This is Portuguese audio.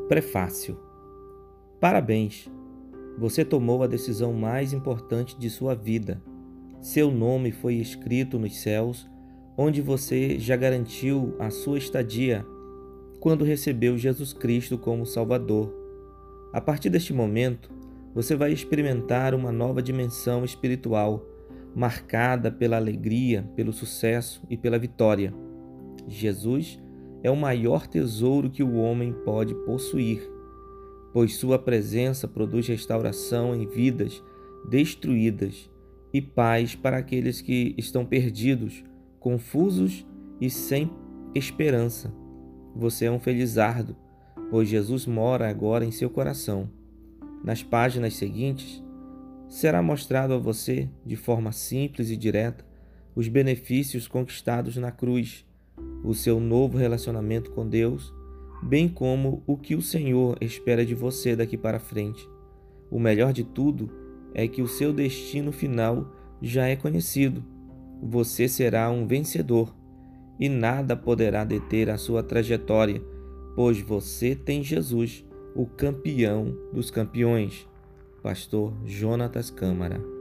Prefácio. Parabéns! Você tomou a decisão mais importante de sua vida. Seu nome foi escrito nos céus, onde você já garantiu a sua estadia quando recebeu Jesus Cristo como Salvador. A partir deste momento, você vai experimentar uma nova dimensão espiritual, marcada pela alegria, pelo sucesso e pela vitória. Jesus é o maior tesouro que o homem pode possuir, pois sua presença produz restauração em vidas destruídas e paz para aqueles que estão perdidos, confusos e sem esperança. Você é um felizardo, pois Jesus mora agora em seu coração. Nas páginas seguintes, será mostrado a você, de forma simples e direta, os benefícios conquistados na cruz, o seu novo relacionamento com Deus, bem como o que o Senhor espera de você daqui para frente. O melhor de tudo é que o seu destino final já é conhecido. Você será um vencedor e nada poderá deter a sua trajetória, pois você tem Jesus, o campeão dos campeões. Pastor Jonatas Câmara.